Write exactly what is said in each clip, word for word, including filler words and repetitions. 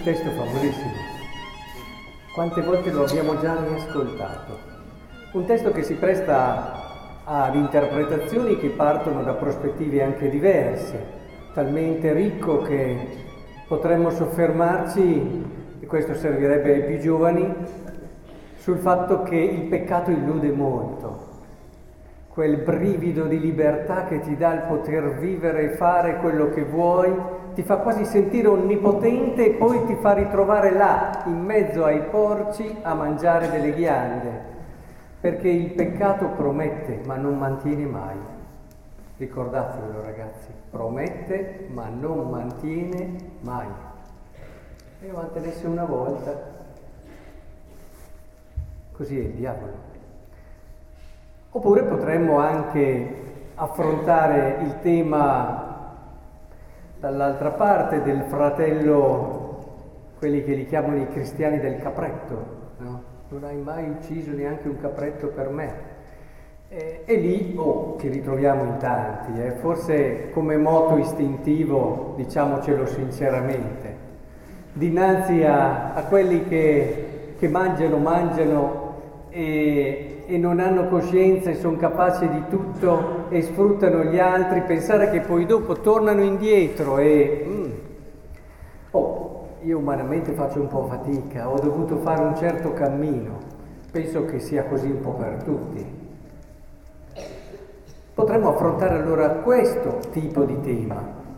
un testo famosissimo. Quante volte lo abbiamo già riascoltato? Un testo che si presta ad interpretazioni che partono da prospettive anche diverse, talmente ricco che potremmo soffermarci, e questo servirebbe ai più giovani, sul fatto che il peccato illude molto. Quel brivido di libertà che ti dà il poter vivere e fare quello che vuoi, ti fa quasi sentire onnipotente e poi ti fa ritrovare là, in mezzo ai porci, a mangiare delle ghiande. Perché il peccato promette, ma non mantiene mai. Ricordatevelo, ragazzi, promette, ma non mantiene mai. E mantenesse una volta, così è il diavolo. Oppure potremmo anche affrontare il tema dall'altra parte del fratello, quelli che li chiamano i cristiani del capretto, no? Non hai mai ucciso neanche un capretto per me. E, e lì oh, ci ritroviamo in tanti, eh? Forse come moto istintivo, diciamocelo sinceramente, dinanzi a, a quelli che, che mangiano, mangiano e, e non hanno coscienza e sono capaci di tutto e sfruttano gli altri, pensare che poi dopo tornano indietro e... Mm, oh, io umanamente faccio un po' fatica, ho dovuto fare un certo cammino, penso che sia così un po' per tutti. Potremmo affrontare allora questo tipo di tema,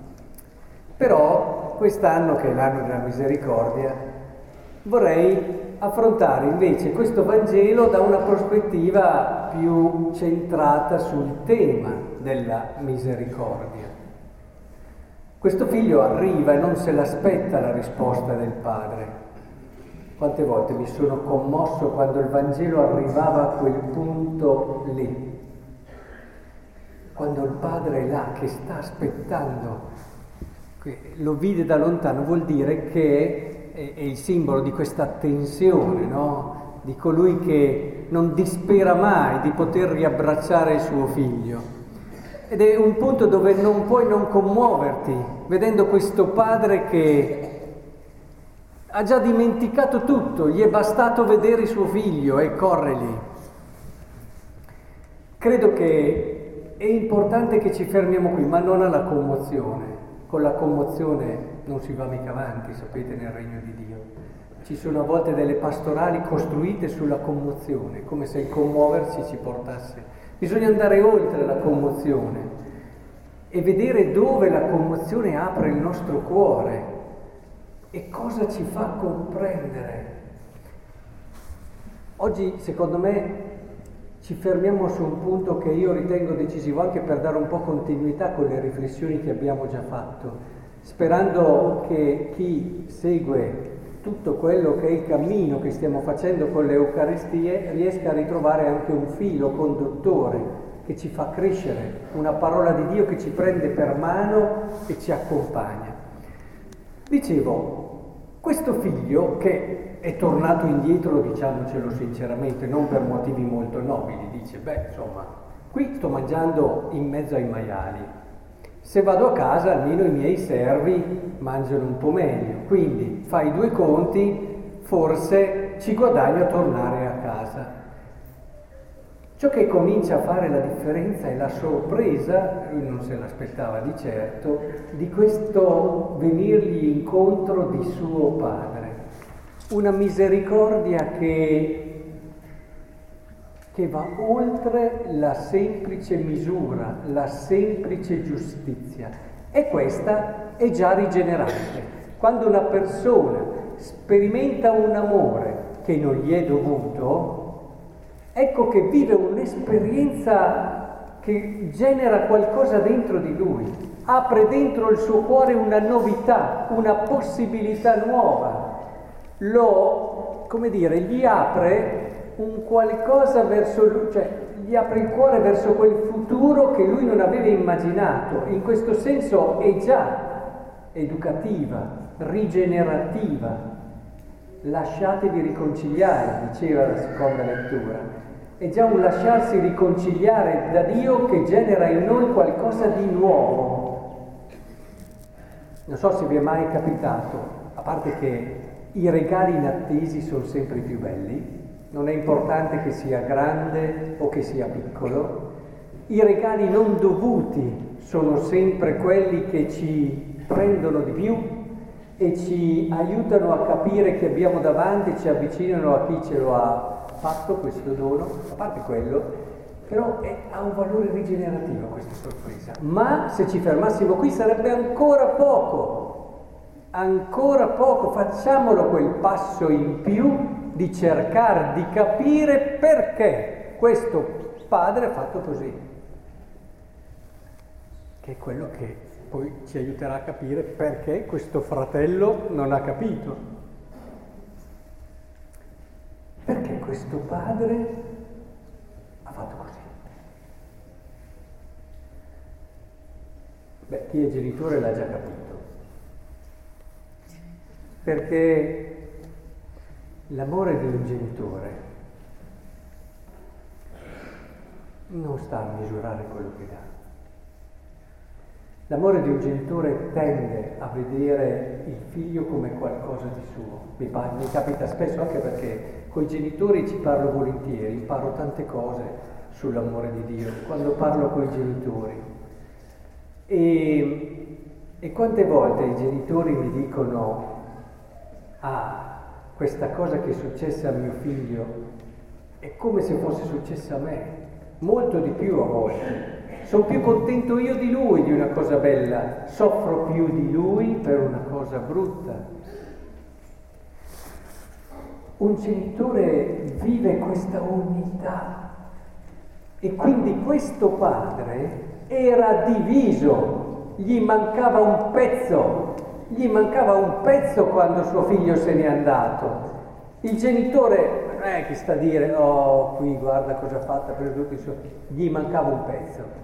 però quest'anno, che è l'anno della misericordia, vorrei affrontare invece questo Vangelo da una prospettiva più centrata sul tema della misericordia. Questo figlio arriva e non se l'aspetta la risposta del padre. Quante volte mi sono commosso quando il Vangelo arrivava a quel punto lì. Quando il padre è là che sta aspettando, lo vide da lontano, vuol dire che è, è il simbolo di questa tensione, no? Di colui che non dispera mai di poter riabbracciare il suo figlio. Ed è un punto dove non puoi non commuoverti, vedendo questo padre che ha già dimenticato tutto, gli è bastato vedere suo figlio e corre lì. Credo che è importante che ci fermiamo qui, ma non alla commozione. Con la commozione non si va mica avanti, sapete, nel regno di Dio. Ci sono a volte delle pastorali costruite sulla commozione, come se il commuoversi ci portasse. Bisogna andare oltre la commozione e vedere dove la commozione apre il nostro cuore e cosa ci fa comprendere. Oggi, secondo me, ci fermiamo su un punto che io ritengo decisivo anche per dare un po' continuità con le riflessioni che abbiamo già fatto, sperando che chi segue tutto quello che è il cammino che stiamo facendo con le Eucaristie riesca a ritrovare anche un filo conduttore che ci fa crescere, una parola di Dio che ci prende per mano e ci accompagna. Dicevo, questo figlio che è tornato indietro, diciamocelo sinceramente, non per motivi molto nobili, dice, beh, insomma, qui sto mangiando in mezzo ai maiali. Se vado a casa almeno i miei servi mangiano un po' meglio, quindi fai due conti, forse ci guadagno a tornare a casa. Ciò che comincia a fare la differenza è la sorpresa, lui non se l'aspettava di certo, di questo venirgli incontro di suo padre. Una misericordia che... che va oltre la semplice misura, la semplice giustizia. E questa è già rigenerante. Quando una persona sperimenta un amore che non gli è dovuto, ecco che vive un'esperienza che genera qualcosa dentro di lui, apre dentro il suo cuore una novità, una possibilità nuova. Lo, come dire, gli apre un qualcosa verso lui, cioè gli apre il cuore verso quel futuro che lui non aveva immaginato. In questo senso è già educativa, rigenerativa. Lasciatevi riconciliare, diceva la seconda lettura. È già un lasciarsi riconciliare da Dio che genera in noi qualcosa di nuovo. Non so se vi è mai capitato a parte che i regali inattesi sono sempre i più belli, non è importante che sia grande o che sia piccolo, i regali non dovuti sono sempre quelli che ci prendono di più e ci aiutano a capire che abbiamo davanti, ci avvicinano a chi ce lo ha fatto questo dono, a parte quello, però è, ha un valore rigenerativo questa sorpresa. Ma se ci fermassimo qui sarebbe ancora poco, ancora poco, facciamolo quel passo in più di cercare di capire perché questo padre ha fatto così, che è quello che poi ci aiuterà a capire perché questo fratello non ha capito. Perché questo padre ha fatto così? Beh, chi è genitore l'ha già capito. Perché l'amore di un genitore non sta a misurare quello che dà. L'amore di un genitore tende a vedere il figlio come qualcosa di suo. Mi, pa- mi capita spesso, anche perché coi genitori ci parlo volentieri, imparo tante cose sull'amore di Dio quando parlo coi genitori. E, e quante volte i genitori mi dicono: ah, questa cosa che è successa a mio figlio è come se fosse successa a me, molto di più a volte. Sono più contento io di lui di una cosa bella, soffro più di lui per una cosa brutta. Un genitore vive questa unità e quindi questo padre era diviso, gli mancava un pezzo, gli mancava un pezzo quando suo figlio se n'è andato. Il genitore non è che sta a dire: oh, qui guarda cosa ha fatto, ha preso tutti i suoi, gli mancava un pezzo.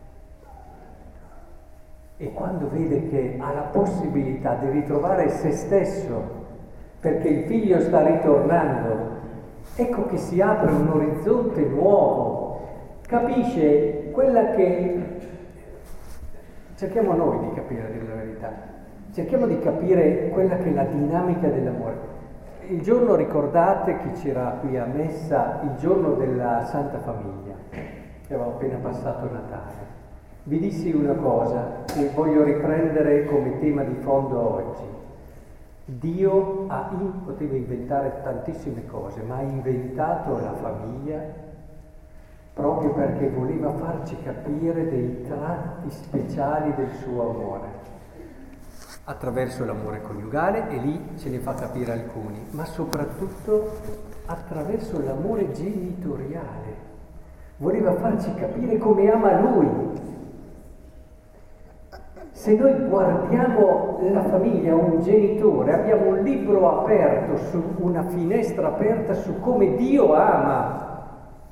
E quando vede che ha la possibilità di ritrovare se stesso, perché il figlio sta ritornando, ecco che si apre un orizzonte nuovo, capisce quella che cerchiamo noi di capire, a dire la verità, cerchiamo di capire quella che è la dinamica dell'amore. Il giorno, ricordate chi c'era qui a messa, il giorno della Santa Famiglia, che avevamo appena passato Natale. Vi dissi una cosa che voglio riprendere come tema di fondo oggi. Dio ha in, poteva inventare tantissime cose, ma ha inventato la famiglia proprio perché voleva farci capire dei tratti speciali del suo amore, attraverso l'amore coniugale, e lì ce ne fa capire alcuni, ma soprattutto attraverso l'amore genitoriale. Voleva farci capire come ama Lui. Se noi guardiamo la famiglia, un genitore, abbiamo un libro aperto, su una finestra aperta su come Dio ama.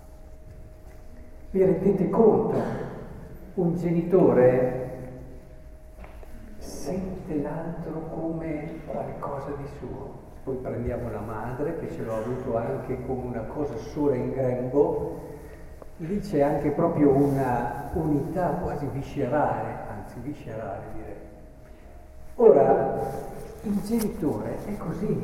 Vi rendete conto? Un genitore sente l'altro come qualcosa di suo. Poi prendiamo la madre, che ce l'ho avuto anche come una cosa sola in grembo, lì c'è anche proprio una unità quasi viscerale, anzi viscerale direi. Ora, il genitore è così,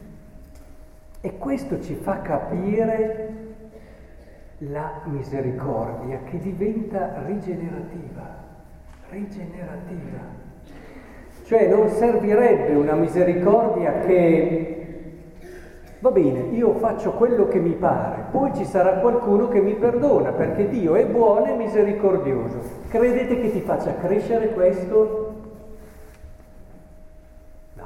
e questo ci fa capire la misericordia che diventa rigenerativa, rigenerativa. Cioè non servirebbe una misericordia che va bene, io faccio quello che mi pare, poi ci sarà qualcuno che mi perdona, perché Dio è buono e misericordioso. Credete che ti faccia crescere questo? No,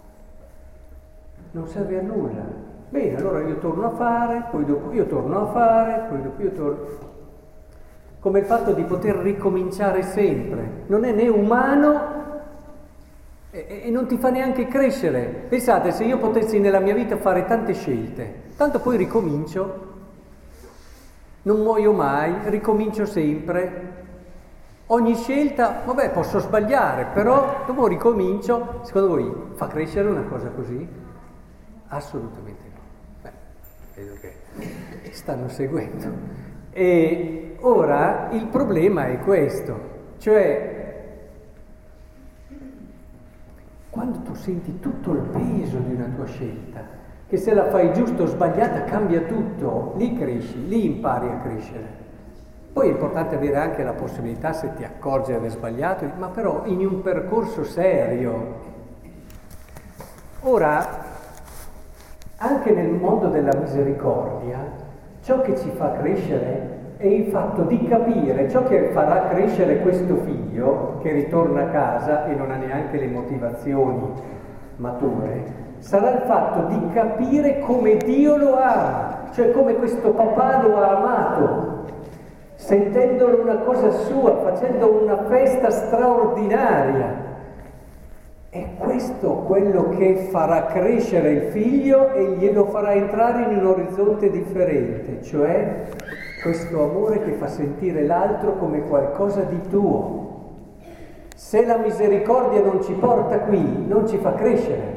non serve a nulla. Bene, allora io torno a fare, poi dopo io torno a fare, poi dopo io torno... Come il fatto di poter ricominciare sempre. Non è né umano e, e non ti fa neanche crescere. Pensate, se io potessi nella mia vita fare tante scelte, tanto poi ricomincio, non muoio mai, ricomincio sempre. Ogni scelta, vabbè, posso sbagliare, però dopo ricomincio. Secondo voi fa crescere una cosa così? Assolutamente no. Beh, vedo che stanno seguendo. E ora il problema è questo, cioè quando tu senti tutto il peso di una tua scelta, che se la fai giusta o sbagliata cambia tutto, lì cresci, lì impari a crescere. Poi è importante avere anche la possibilità, se ti accorgi di aver sbagliato, ma però in un percorso serio. Ora, anche nel mondo della misericordia, ciò che ci fa crescere è il fatto di capire ciò che farà crescere questo figlio che ritorna a casa e non ha neanche le motivazioni mature, sarà il fatto di capire come Dio lo ama, cioè come questo papà lo ha amato, sentendolo una cosa sua, facendo una festa straordinaria. È questo quello che farà crescere il figlio e glielo farà entrare in un orizzonte differente, cioè questo amore che fa sentire l'altro come qualcosa di tuo. Se la misericordia non ci porta qui, non ci fa crescere.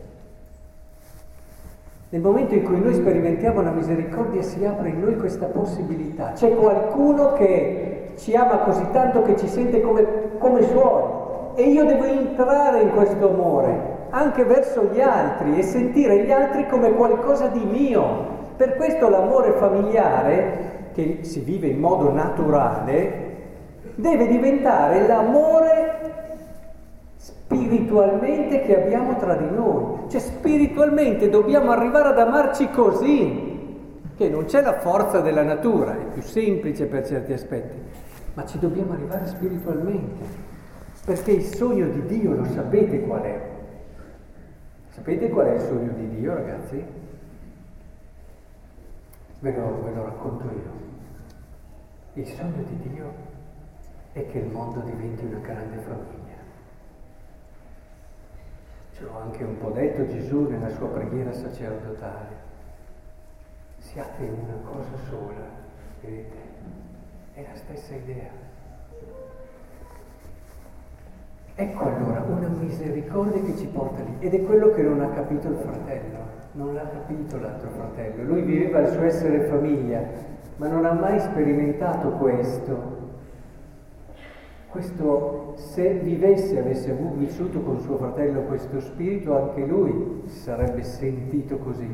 Nel momento in cui noi sperimentiamo la misericordia si apre in noi questa possibilità. C'è qualcuno che ci ama così tanto che ci sente come, come suoi. E io devo entrare in questo amore, anche verso gli altri, e sentire gli altri come qualcosa di mio. Per questo l'amore familiare, che si vive in modo naturale, deve diventare l'amore spiritualmente che abbiamo tra di noi. Cioè spiritualmente dobbiamo arrivare ad amarci così, che non c'è la forza della natura, è più semplice per certi aspetti, ma ci dobbiamo arrivare spiritualmente. Perché il sogno di Dio lo sapete qual è? Sapete qual è il sogno di Dio, ragazzi? Ve lo, ve lo racconto io. Il sogno di Dio è che il mondo diventi una grande famiglia. Ce l'ho anche un po' detto Gesù nella sua preghiera sacerdotale. Siate una cosa sola, vedete? È la stessa idea. Ecco allora una misericordia che ci porta lì, ed è quello che non ha capito il fratello, non l'ha capito l'altro fratello. Lui viveva il suo essere famiglia, ma non ha mai sperimentato questo. Questo, se vivesse, avesse vissuto con suo fratello questo spirito, anche lui si sarebbe sentito così.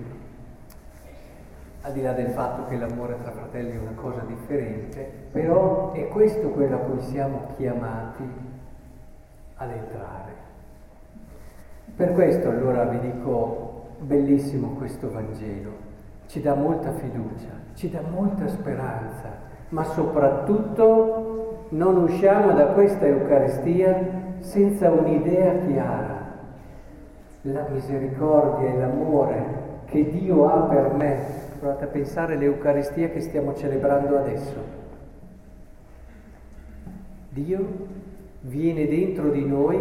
Al di là del fatto che l'amore tra fratelli è una cosa differente, però è questo quello a cui siamo chiamati ad entrare. Per questo allora vi dico, bellissimo questo Vangelo, ci dà molta fiducia, ci dà molta speranza, ma soprattutto non usciamo da questa Eucaristia senza un'idea chiara. La misericordia e l'amore che Dio ha per me. Provate a pensare all'Eucaristia che stiamo celebrando adesso. Dio viene dentro di noi,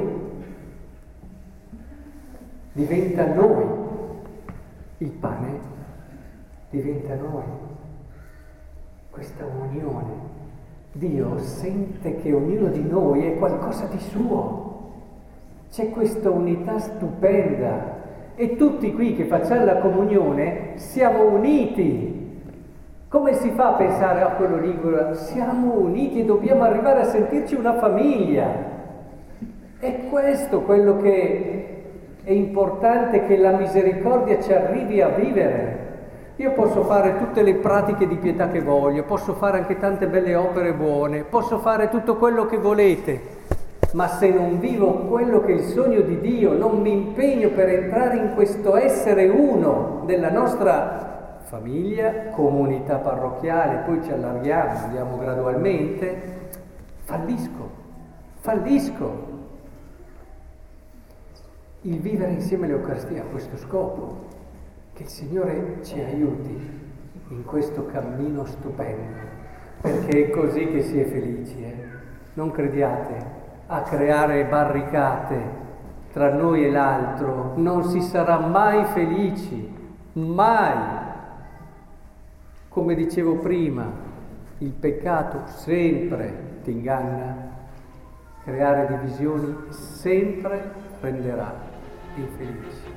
diventa noi, il pane diventa noi, questa unione. Dio sente che ognuno di noi è qualcosa di suo, c'è questa unità stupenda e tutti qui che facciamo la comunione siamo uniti. Come si fa a pensare a quello lì? Siamo uniti e dobbiamo arrivare a sentirci una famiglia. È questo quello che è importante, che la misericordia ci arrivi a vivere. Io posso fare tutte le pratiche di pietà che voglio, posso fare anche tante belle opere buone, posso fare tutto quello che volete, ma se non vivo quello che è il sogno di Dio, non mi impegno per entrare in questo essere uno della nostra famiglia, comunità parrocchiale, poi ci allarghiamo, andiamo gradualmente, fallisco, fallisco. Il vivere insieme all'Eucaristia ha questo scopo, che il Signore ci aiuti in questo cammino stupendo, perché è così che si è felici, eh? Non crediate a creare barricate tra noi e l'altro, non si sarà mai felici, mai. Come dicevo prima, il peccato sempre ti inganna, creare divisioni sempre renderà infelici.